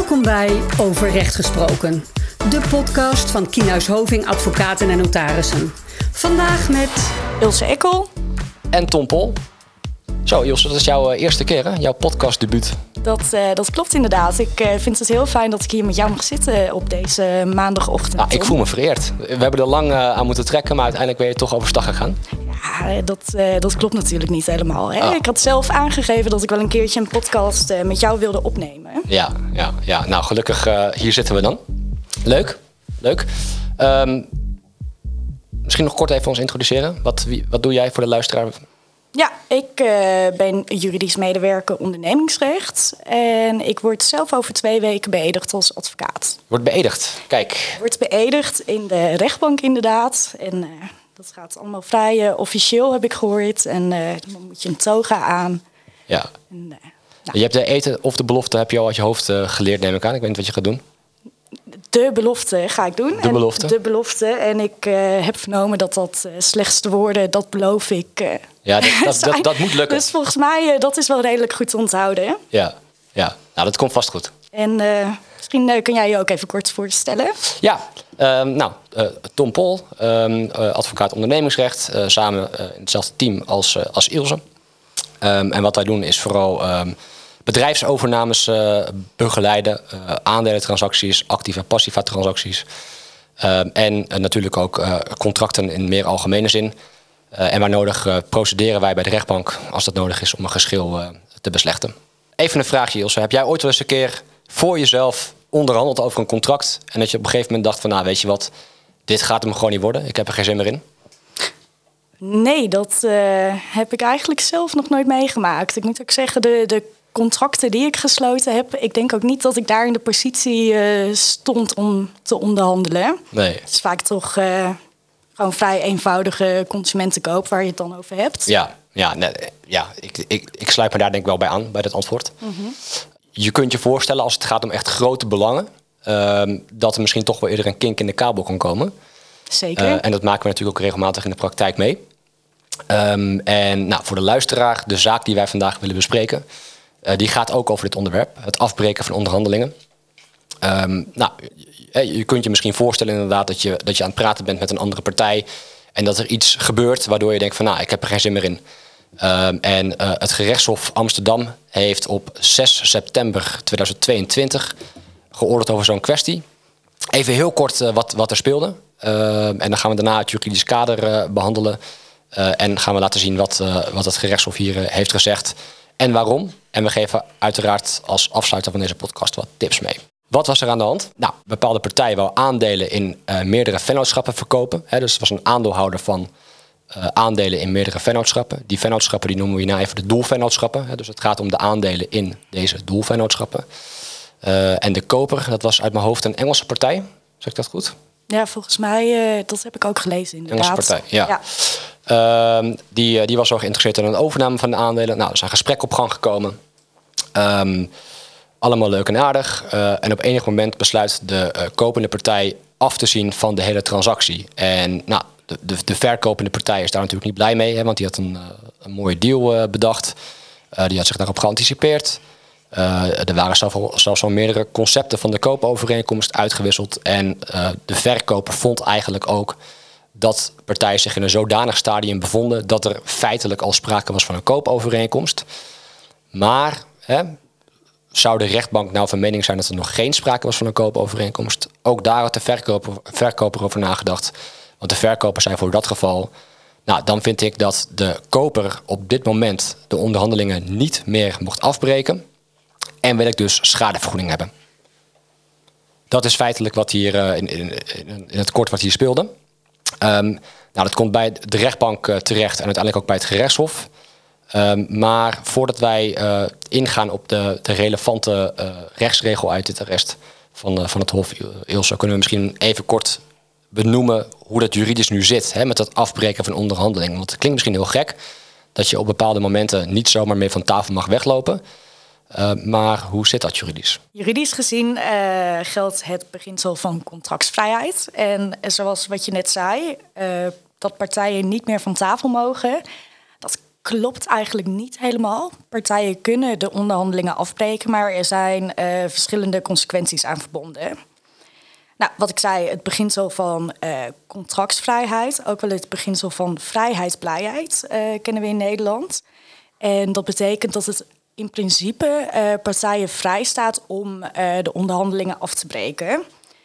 Welkom bij Over Recht Gesproken, de podcast van Kienhuis Hoving Advocaten en Notarissen. Vandaag met Ilse Ekkel en Tom Pol. Zo Ilse, dat is jouw eerste keer hè? Jouw podcastdebuut. Dat klopt inderdaad. Ik vind het heel fijn dat ik hier met jou mag zitten op deze maandagochtend. Nou, ik voel me vereerd. We hebben er lang aan moeten trekken, maar uiteindelijk ben je toch overstag gegaan. Ja, dat klopt natuurlijk niet helemaal. Hè? Oh. Ik had zelf aangegeven dat ik wel een keertje een podcast met jou wilde opnemen. Ja. Nou, gelukkig hier zitten we dan. Leuk. Misschien nog kort even ons introduceren. Wat doe jij voor de luisteraar? Ja, ik ben juridisch medewerker ondernemingsrecht. En ik word zelf over 2 weken beëdigd als advocaat. Wordt beëdigd. Kijk. Wordt beëdigd in de rechtbank inderdaad. En dat gaat allemaal vrij officieel, heb ik gehoord. En dan moet je een toga aan. Ja. En, nou. Je hebt de eten of de belofte heb je al uit je hoofd geleerd, neem ik aan. Ik weet niet wat je gaat doen. De belofte ga ik doen. De belofte. En ik heb vernomen dat slechtste woorden, dat beloof ik. Ja, dat moet lukken. Dus volgens mij, dat is wel redelijk goed te onthouden. Hè? Ja. Nou, dat komt vast goed. En misschien kun jij je ook even kort voorstellen. Ja, Tom Pol, advocaat ondernemingsrecht. Samen in hetzelfde team als Ilse. En wat wij doen is vooral bedrijfsovernames begeleiden. Aandelentransacties, actieve en passieve transacties. En natuurlijk ook contracten in meer algemene zin. En waar nodig procederen wij bij de rechtbank als dat nodig is om een geschil te beslechten. Even een vraagje Ilse. Heb jij ooit wel eens een keer voor jezelf onderhandeld over een contract en dat je op een gegeven moment dacht van nou weet je wat, dit gaat hem gewoon niet worden. Ik heb er geen zin meer in. Nee, dat heb ik eigenlijk zelf nog nooit meegemaakt. Ik moet ook zeggen, de contracten die ik gesloten heb, ik denk ook niet dat ik daar in de positie stond om te onderhandelen. Nee. Het is vaak toch gewoon vrij eenvoudige consumentenkoop waar je het dan over hebt. Ik sluit me daar denk ik wel bij aan, bij dat antwoord. Mm-hmm. Je kunt je voorstellen als het gaat om echt grote belangen, dat er misschien toch wel eerder een kink in de kabel kan komen. Zeker. En dat maken we natuurlijk ook regelmatig in de praktijk mee. Voor de luisteraar, de zaak die wij vandaag willen bespreken, die gaat ook over dit onderwerp. Het afbreken van onderhandelingen. Je kunt je misschien voorstellen inderdaad dat je aan het praten bent met een andere partij en dat er iets gebeurt waardoor je denkt van nou, ik heb er geen zin meer in. Het gerechtshof Amsterdam heeft op 6 september 2022 geoordeeld over zo'n kwestie. Even heel kort wat er speelde. En dan gaan we daarna het juridisch kader behandelen. En gaan we laten zien wat het gerechtshof hier heeft gezegd en waarom. En we geven uiteraard als afsluiter van deze podcast wat tips mee. Wat was er aan de hand? Nou, een bepaalde partij wou aandelen in meerdere vennootschappen verkopen. Dus het was een aandeelhouder van aandelen in meerdere vennootschappen. Die vennootschappen die noemen we hierna even de doelvennootschappen. Dus het gaat om de aandelen in deze doelvennootschappen. En de koper, dat was uit mijn hoofd een Engelse partij. Zeg ik dat goed? Ja, volgens mij, dat heb ik ook gelezen inderdaad. Engelse partij, ja. Die was wel geïnteresseerd in een overname van de aandelen. Nou, er is een gesprek op gang gekomen. Allemaal leuk en aardig. En op enig moment besluit de kopende partij af te zien van de hele transactie. En nou, de verkopende partij is daar natuurlijk niet blij mee. Hè, want die had een mooie deal bedacht. Die had zich daarop geanticipeerd. Er waren zelfs al meerdere concepten van de koopovereenkomst uitgewisseld. En de verkoper vond eigenlijk ook dat partijen zich in een zodanig stadium bevonden dat er feitelijk al sprake was van een koopovereenkomst. Maar zou de rechtbank nou van mening zijn dat er nog geen sprake was van een koopovereenkomst? Ook daar had de verkoper over nagedacht. Want de verkoper zei voor dat geval, nou, dan vind ik dat de koper op dit moment de onderhandelingen niet meer mocht afbreken. En wil ik dus schadevergoeding hebben. Dat is feitelijk wat hier in het kort wat hier speelde. Dat komt bij de rechtbank terecht en uiteindelijk ook bij het gerechtshof. Maar voordat wij ingaan op de relevante rechtsregel uit dit arrest van het Hof, Ilse, kunnen we misschien even kort benoemen hoe dat juridisch nu zit met het afbreken van onderhandelingen. Want het klinkt misschien heel gek dat je op bepaalde momenten niet zomaar meer van tafel mag weglopen. Maar hoe zit dat juridisch? Juridisch gezien geldt het beginsel van contractsvrijheid. En zoals wat je net zei, dat partijen niet meer van tafel mogen. Dat klopt eigenlijk niet helemaal. Partijen kunnen de onderhandelingen afbreken, maar er zijn verschillende consequenties aan verbonden. Nou, wat ik zei, het beginsel van contractsvrijheid, ook wel het beginsel van vrijheidsblijheid, kennen we in Nederland. En dat betekent dat het in principe partijen vrij staat om de onderhandelingen af te breken.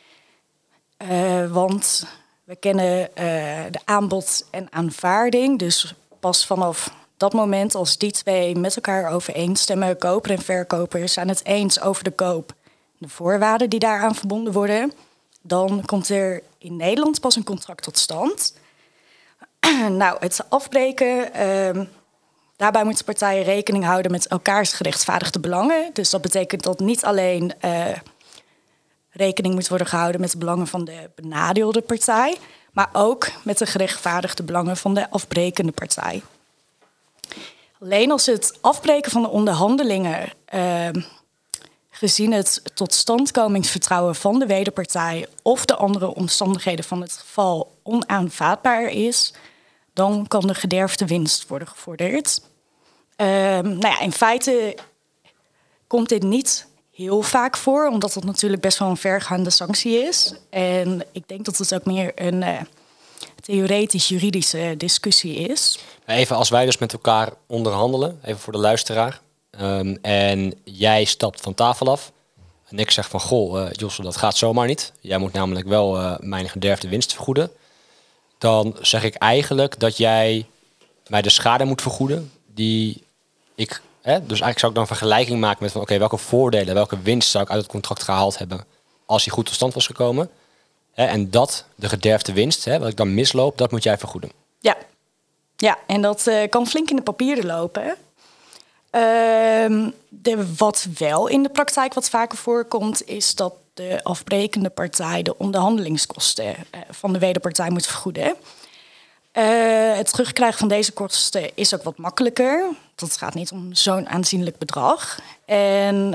Want we kennen de aanbod en aanvaarding. Dus pas vanaf dat moment, als die twee met elkaar overeenstemmen, koper en verkoper zijn het eens over de koop, de voorwaarden die daaraan verbonden worden, dan komt er in Nederland pas een contract tot stand. Nou, het afbreken, daarbij moeten partijen rekening houden met elkaars gerechtvaardigde belangen. Dus dat betekent dat niet alleen rekening moet worden gehouden met de belangen van de benadeelde partij, maar ook met de gerechtvaardigde belangen van de afbrekende partij. Alleen als het afbreken van de onderhandelingen, gezien het totstandkomingsvertrouwen van de wederpartij of de andere omstandigheden van het geval onaanvaardbaar is, dan kan de gederfde winst worden gevorderd. In feite komt dit niet heel vaak voor, omdat het natuurlijk best wel een vergaande sanctie is. En ik denk dat het ook meer een theoretisch-juridische discussie is. Even als wij dus met elkaar onderhandelen, even voor de luisteraar, en jij stapt van tafel af en ik zeg van, goh, Josse, dat gaat zomaar niet. Jij moet namelijk wel mijn gederfde winst vergoeden. Dan zeg ik eigenlijk dat jij mij de schade moet vergoeden die ik... Dus eigenlijk zou ik dan een vergelijking maken met van, oké, welke voordelen, welke winst zou ik uit het contract gehaald hebben als die goed tot stand was gekomen. En dat, de gederfde winst, wat ik dan misloop, dat moet jij vergoeden. Ja, en dat kan flink in de papieren lopen. Wat wel in de praktijk wat vaker voorkomt, is dat de afbrekende partij de onderhandelingskosten van de wederpartij moet vergoeden. Het terugkrijgen van deze kosten is ook wat makkelijker. Dat gaat niet om zo'n aanzienlijk bedrag. En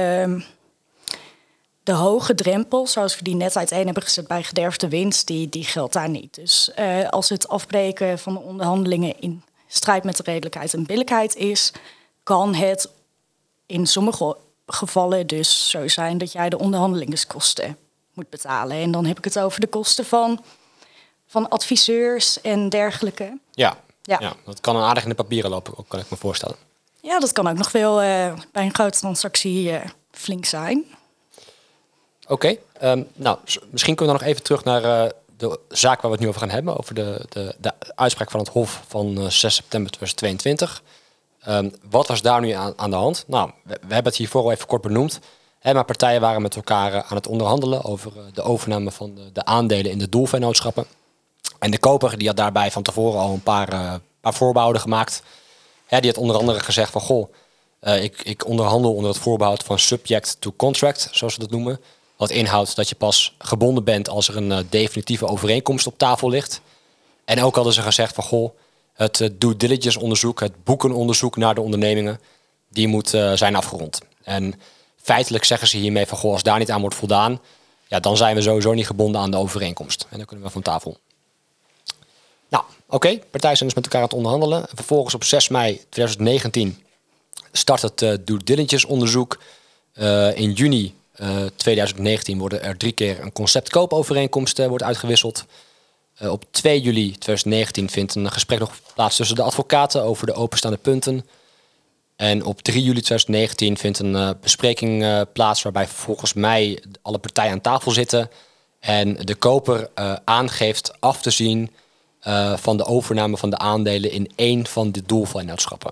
de hoge drempel, zoals we die net uiteen hebben gezet bij gederfde winst, die geldt daar niet. Dus als het afbreken van de onderhandelingen in strijd met de redelijkheid en billijkheid is, kan het in sommige gevallen dus zo zijn dat jij de onderhandelingskosten moet betalen. En dan heb ik het over de kosten van adviseurs en dergelijke. Ja, dat kan een aardig in de papieren lopen, kan ik me voorstellen. Ja, dat kan ook nog wel bij een grote transactie flink zijn. Oké, misschien kunnen we nog even terug naar de zaak waar we het nu over gaan hebben. Over de uitspraak van het Hof van 6 september 2022. Wat was daar nu aan de hand? Nou, we hebben het hiervoor al even kort benoemd. Maar partijen waren met elkaar aan het onderhandelen over de overname van de aandelen in de doelvennootschappen. En de koper die had daarbij van tevoren al een paar voorbehouden gemaakt. Die had onder andere gezegd van, goh, ik onderhandel onder het voorbehoud van subject to contract, zoals ze dat noemen. Wat inhoudt dat je pas gebonden bent als er een definitieve overeenkomst op tafel ligt. En ook hadden ze gezegd van, goh, het due diligence onderzoek, het boekenonderzoek naar de ondernemingen, die moet zijn afgerond. En feitelijk zeggen ze hiermee van, goh, als daar niet aan wordt voldaan, ja, dan zijn we sowieso niet gebonden aan de overeenkomst. En dan kunnen we van tafel. Nou, oké, partijen zijn dus met elkaar aan het onderhandelen. Vervolgens op 6 mei 2019 start het due diligence onderzoek. In juni 2019 worden er 3 keer een concept-koopovereenkomst wordt uitgewisseld. Op 2 juli 2019 vindt een gesprek nog plaats tussen de advocaten over de openstaande punten. En op 3 juli 2019 vindt een bespreking plaats waarbij volgens mij alle partijen aan tafel zitten en de koper aangeeft af te zien van de overname van de aandelen in 1 van de doelvennootschappen.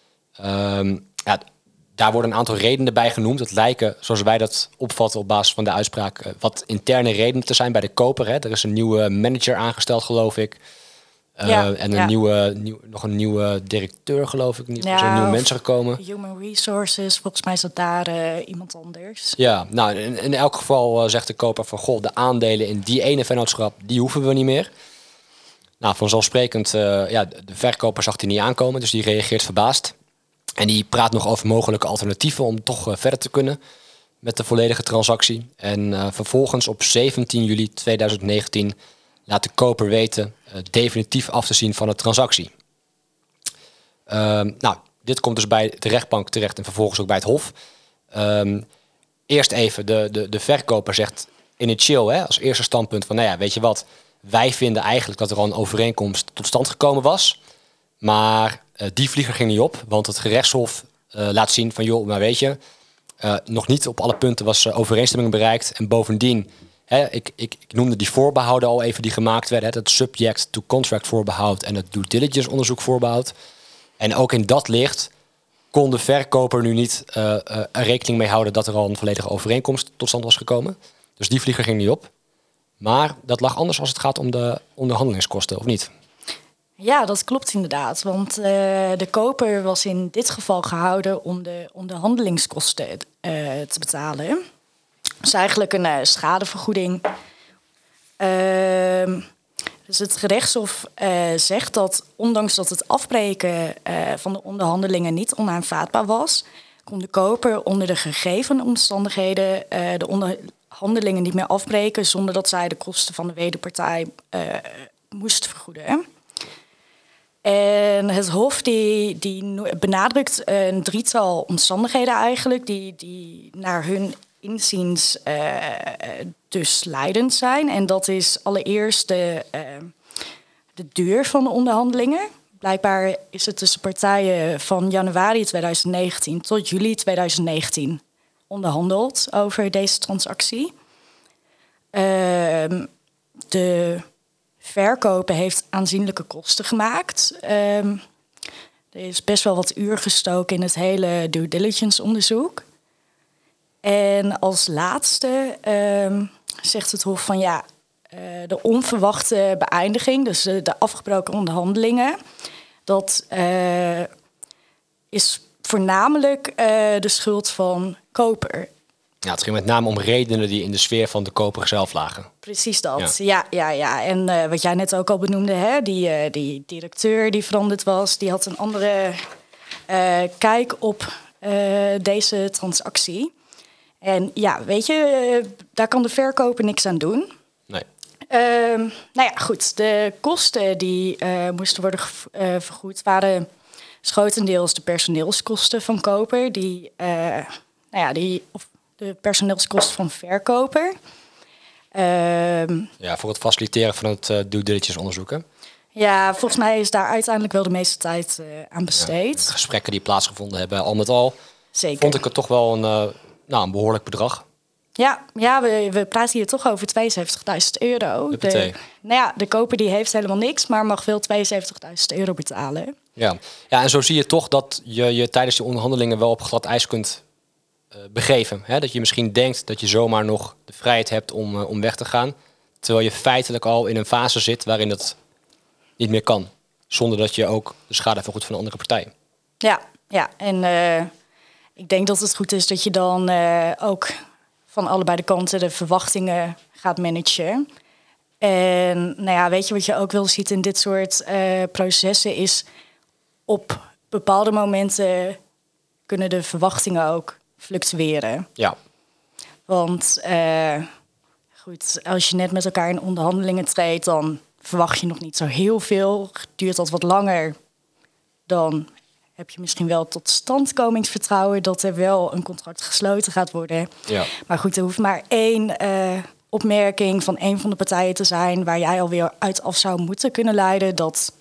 Daar worden een aantal redenen bij genoemd. Het lijken, zoals wij dat opvatten op basis van de uitspraak, wat interne redenen te zijn bij de koper. Hè. Er is een nieuwe manager aangesteld, geloof ik. Nog een nieuwe directeur, geloof ik. Er zijn nieuwe mensen gekomen. Human Resources, volgens mij is dat daar iemand anders. Ja, nou, in elk geval zegt de koper van, goh, de aandelen in die ene vennootschap, die hoeven we niet meer. Nou, vanzelfsprekend, de verkoper zag die niet aankomen, dus die reageert verbaasd. En die praat nog over mogelijke alternatieven om toch verder te kunnen met de volledige transactie. En vervolgens op 17 juli 2019 laat de koper weten definitief af te zien van de transactie. Nou, dit komt dus bij de rechtbank terecht en vervolgens ook bij het Hof. Eerst even, de verkoper zegt initieel, als eerste standpunt van, nou ja, weet je wat, wij vinden eigenlijk dat er al een overeenkomst tot stand gekomen was. Maar die vlieger ging niet op, want het gerechtshof laat zien van, joh, maar weet je, nog niet op alle punten was overeenstemming bereikt. En bovendien, ik noemde die voorbehouden al even die gemaakt werden. Het subject to contract voorbehoud en het due diligence onderzoek voorbehoud. En ook in dat licht kon de verkoper nu niet er rekening mee houden dat er al een volledige overeenkomst tot stand was gekomen. Dus die vlieger ging niet op. Maar dat lag anders als het gaat om de onderhandelingskosten, of niet? Ja, dat klopt inderdaad. Want de koper was in dit geval gehouden om de onderhandelingskosten te betalen. Dus eigenlijk een schadevergoeding. Dus het gerechtshof zegt dat ondanks dat het afbreken van de onderhandelingen niet onaanvaardbaar was, kon de koper onder de gegeven omstandigheden de onderhandelingen niet meer afbreken zonder dat zij de kosten van de wederpartij moest vergoeden. En het Hof die benadrukt een drietal omstandigheden eigenlijk die naar hun inziens dus leidend zijn. En dat is allereerst de duur van de onderhandelingen. Blijkbaar is het tussen partijen van januari 2019 tot juli 2019 onderhandeld over deze transactie. De verkoper heeft aanzienlijke kosten gemaakt. Er is best wel wat uur gestoken in het hele due diligence onderzoek. En als laatste zegt het Hof van de onverwachte beëindiging, dus de afgebroken onderhandelingen, dat is voornamelijk de schuld van koper. Ja, het ging met name om redenen die in de sfeer van de koper zelf lagen. Precies dat, ja. En wat jij net ook al benoemde, die directeur die veranderd was, die had een andere kijk op deze transactie. En ja, weet je, daar kan de verkoper niks aan doen. Nee. Nou ja, goed. De kosten die moesten worden vergoed waren grotendeels de personeelskosten van koper, of de personeelskosten van verkoper. Voor het faciliteren van het due diligence onderzoeken. Ja, volgens mij is daar uiteindelijk wel de meeste tijd aan besteed. De gesprekken die plaatsgevonden hebben, al met al, Zeker. Vond ik het toch wel een behoorlijk bedrag. Ja, we praten hier toch over €72.000. De koper die heeft helemaal niks, maar mag wel €72.000 betalen. Ja, en zo zie je toch dat je tijdens die onderhandelingen wel op glad ijs kunt begeven. Hè? Dat je misschien denkt dat je zomaar nog de vrijheid hebt om weg te gaan, terwijl je feitelijk al in een fase zit waarin dat niet meer kan. Zonder dat je ook de schade vergoedt van de andere partij. Ja. En ik denk dat het goed is dat je dan ook van allebei de kanten de verwachtingen gaat managen. En weet je wat je ook wel ziet in dit soort processen is op bepaalde momenten kunnen de verwachtingen ook fluctueren. Ja. Want als je net met elkaar in onderhandelingen treedt, dan verwacht je nog niet zo heel veel. Duurt dat wat langer, dan heb je misschien wel totstandkomingsvertrouwen dat er wel een contract gesloten gaat worden. Ja. Maar goed, er hoeft maar één opmerking van één van de partijen te zijn waar jij alweer uit af zou moeten kunnen leiden dat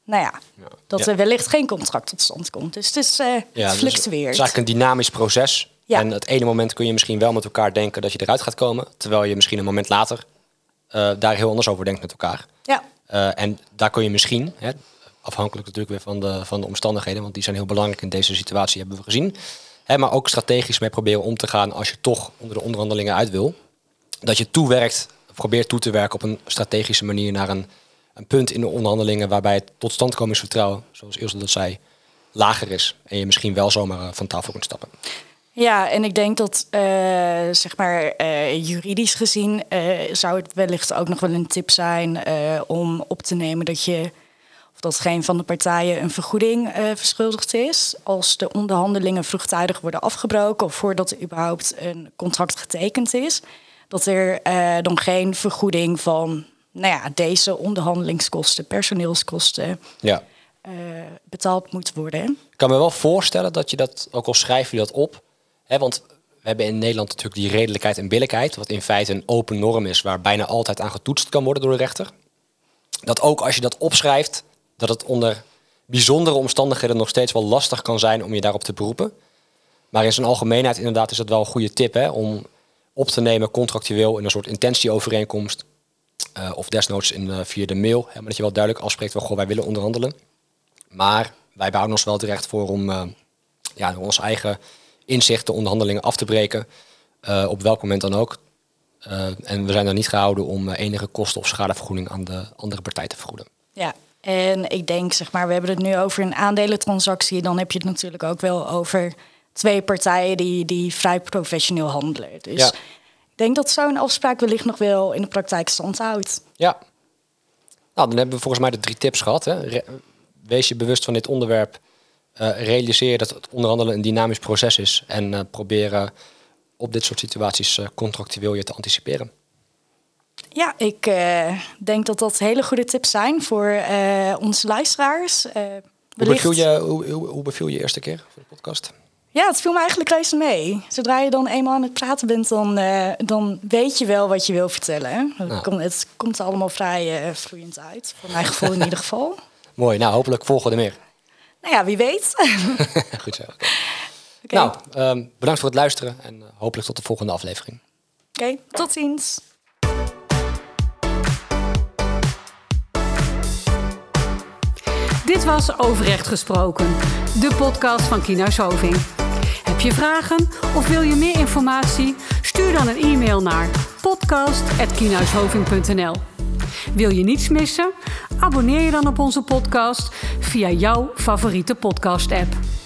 er wellicht geen contract tot stand komt. Dus het is het fluctueert. Dus het is eigenlijk een dynamisch proces. Ja. En het ene moment kun je misschien wel met elkaar denken dat je eruit gaat komen, terwijl je misschien een moment later daar heel anders over denkt met elkaar. Ja. En daar kun je misschien, afhankelijk natuurlijk weer van de omstandigheden, want die zijn heel belangrijk in deze situatie, hebben we gezien. Maar ook strategisch mee proberen om te gaan als je toch onder de onderhandelingen uit wil. Dat je probeert toe te werken op een strategische manier naar een punt in de onderhandelingen waarbij het totstandkomingsvertrouwen, zoals Ilse dat zei, lager is. En je misschien wel zomaar van tafel kunt stappen. Ja, en ik denk dat juridisch gezien zou het wellicht ook nog wel een tip zijn om op te nemen dat geen van de partijen een vergoeding verschuldigd is als de onderhandelingen vroegtijdig worden afgebroken of voordat er überhaupt een contract getekend is. Dat er dan geen vergoeding van deze onderhandelingskosten, personeelskosten betaald moet worden. Ik kan me wel voorstellen dat je dat, ook al schrijf je dat op, want we hebben in Nederland natuurlijk die redelijkheid en billijkheid, wat in feite een open norm is waar bijna altijd aan getoetst kan worden door de rechter. Dat ook als je dat opschrijft, dat het onder bijzondere omstandigheden nog steeds wel lastig kan zijn om je daarop te beroepen. Maar in zijn algemeenheid inderdaad is dat wel een goede tip, om op te nemen contractueel in een soort intentieovereenkomst. Of desnoods via de mail. Maar dat je wel duidelijk afspreekt van, wij willen onderhandelen. Maar wij behouden ons wel het recht voor om door onze eigen inzicht de onderhandelingen af te breken. Op welk moment dan ook. En we zijn er niet gehouden om enige kosten of schadevergoeding aan de andere partij te vergoeden. Ja, en ik denk, we hebben het nu over een aandelentransactie. Dan heb je het natuurlijk ook wel over 2 partijen die vrij professioneel handelen. Dus ik denk dat zo'n afspraak wellicht nog wel in de praktijk stand houdt. Ja. Nou, dan hebben we volgens mij de 3 tips gehad. Hè. Wees je bewust van dit onderwerp. Realiseer dat het onderhandelen een dynamisch proces is. En proberen op dit soort situaties contractueel je te anticiperen. Ja, ik denk dat dat hele goede tips zijn voor onze luisteraars. Hoe beviel je eerste keer voor de podcast? Ja, het viel me eigenlijk reuze mee. Zodra je dan eenmaal aan het praten bent, dan weet je wel wat je wil vertellen. Het komt er allemaal vrij vloeiend uit. Voor mijn gevoel in ieder geval. Mooi, nou hopelijk volgen er meer. Nou ja, wie weet. Goed zo. Okay. Nou, bedankt voor het luisteren en hopelijk tot de volgende aflevering. Oké, tot ziens. Dit was Overrecht Gesproken, de podcast van Kienhuis Hoving. Heb je vragen of wil je meer informatie? Stuur dan een e-mail naar podcast@kienhuishoving.nl. Wil je niets missen? Abonneer je dan op onze podcast via jouw favoriete podcast-app.